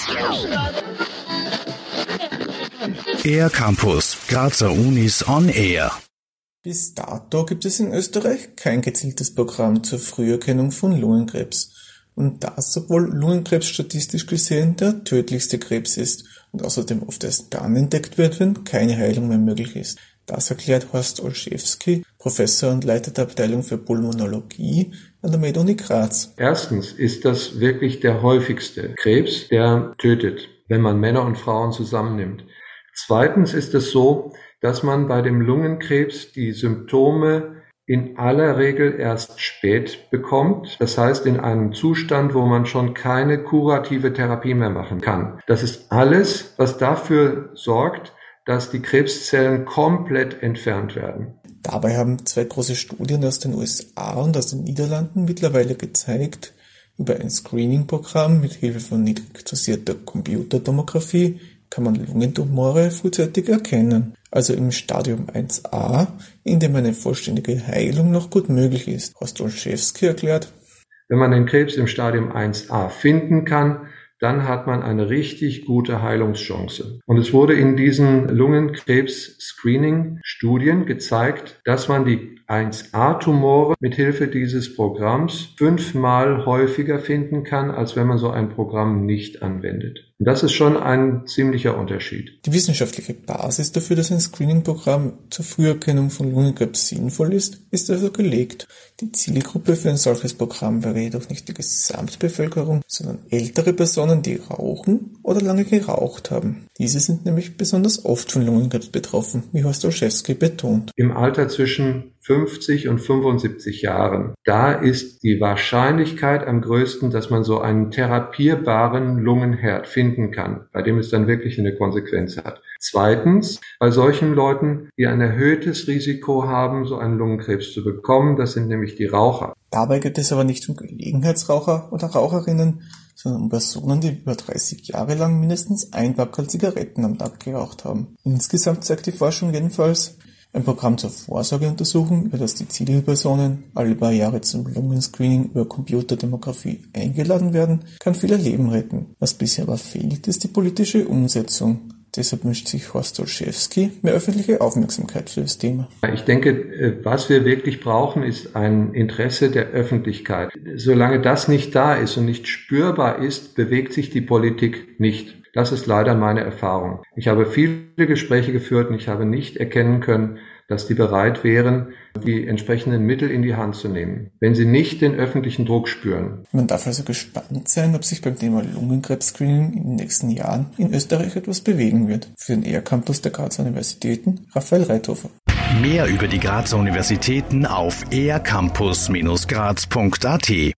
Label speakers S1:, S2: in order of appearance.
S1: ER Campus, Grazer Unis on Air.
S2: Bis dato gibt es in Österreich kein gezieltes Programm zur Früherkennung von Lungenkrebs. Und das, obwohl Lungenkrebs statistisch gesehen der tödlichste Krebs ist und außerdem oft erst dann entdeckt wird, wenn keine Heilung mehr möglich ist. Das erklärt Horst Olszewski, Professor und Leiter der Abteilung für Pulmonologie an der Med-Uni Graz.
S3: Erstens ist das wirklich der häufigste Krebs, der tötet, wenn man Männer und Frauen zusammennimmt. Zweitens ist es so, dass man bei dem Lungenkrebs die Symptome in aller Regel erst spät bekommt. Das heißt, in einem Zustand, wo man schon keine kurative Therapie mehr machen kann. Das ist alles, was dafür sorgt, dass die Krebszellen komplett entfernt werden.
S2: Dabei haben 2 große Studien aus den USA und aus den Niederlanden mittlerweile gezeigt, über ein Screening-Programm mit Hilfe von niedrig dosierter Computertomographie kann man Lungentumore frühzeitig erkennen, also im Stadium 1a, in dem eine vollständige Heilung noch gut möglich ist. Horst Olszewski erklärt:
S3: Wenn man den Krebs im Stadium 1a finden kann, dann hat man eine richtig gute Heilungschance. Und es wurde in diesen Lungenkrebs-Screening-Studien gezeigt, dass man die 1a-Tumore mit Hilfe dieses Programms 5-mal häufiger finden kann, als wenn man so ein Programm nicht anwendet. Und das ist schon ein ziemlicher Unterschied.
S2: Die wissenschaftliche Basis dafür, dass ein Screening-Programm zur Früherkennung von Lungenkrebs sinnvoll ist also gelegt. Die Zielgruppe für ein solches Programm wäre jedoch nicht die Gesamtbevölkerung, sondern ältere Personen, die rauchen oder lange geraucht haben. Diese sind nämlich besonders oft von Lungenkrebs betroffen, wie Horst Olszewski betont.
S3: Im Alter zwischen 50 und 75 Jahren, da ist die Wahrscheinlichkeit am größten, dass man so einen therapierbaren Lungenherd finden kann, bei dem es dann wirklich eine Konsequenz hat. Zweitens, bei solchen Leuten, die ein erhöhtes Risiko haben, so einen Lungenkrebs zu bekommen, das sind nämlich die Raucher.
S2: Dabei geht es aber nicht um Gelegenheitsraucher oder Raucherinnen, sondern um Personen, die über 30 Jahre lang mindestens ein Packerl Zigaretten am Tag geraucht haben. Insgesamt zeigt die Forschung jedenfalls, ein Programm zur Vorsorgeuntersuchung, über das die Zielpersonen alle paar Jahre zum Lungenscreening über Computertomographie eingeladen werden, kann viele Leben retten. Was bisher aber fehlt, ist die politische Umsetzung. Deshalb wünscht sich Horst Olszewski mehr öffentliche Aufmerksamkeit für das Thema.
S3: Ich denke, was wir wirklich brauchen, ist ein Interesse der Öffentlichkeit. Solange das nicht da ist und nicht spürbar ist, bewegt sich die Politik nicht. Das ist leider meine Erfahrung. Ich habe viele Gespräche geführt und ich habe nicht erkennen können, dass die bereit wären, die entsprechenden Mittel in die Hand zu nehmen, wenn sie nicht den öffentlichen Druck spüren.
S2: Man darf also gespannt sein, ob sich beim Thema Lungenkrebs-Screening in den nächsten Jahren in Österreich etwas bewegen wird. Für den ER Campus der Grazer Universitäten, Raphael Reithofer.
S1: Mehr über die Grazer Universitäten auf ercampus-graz.at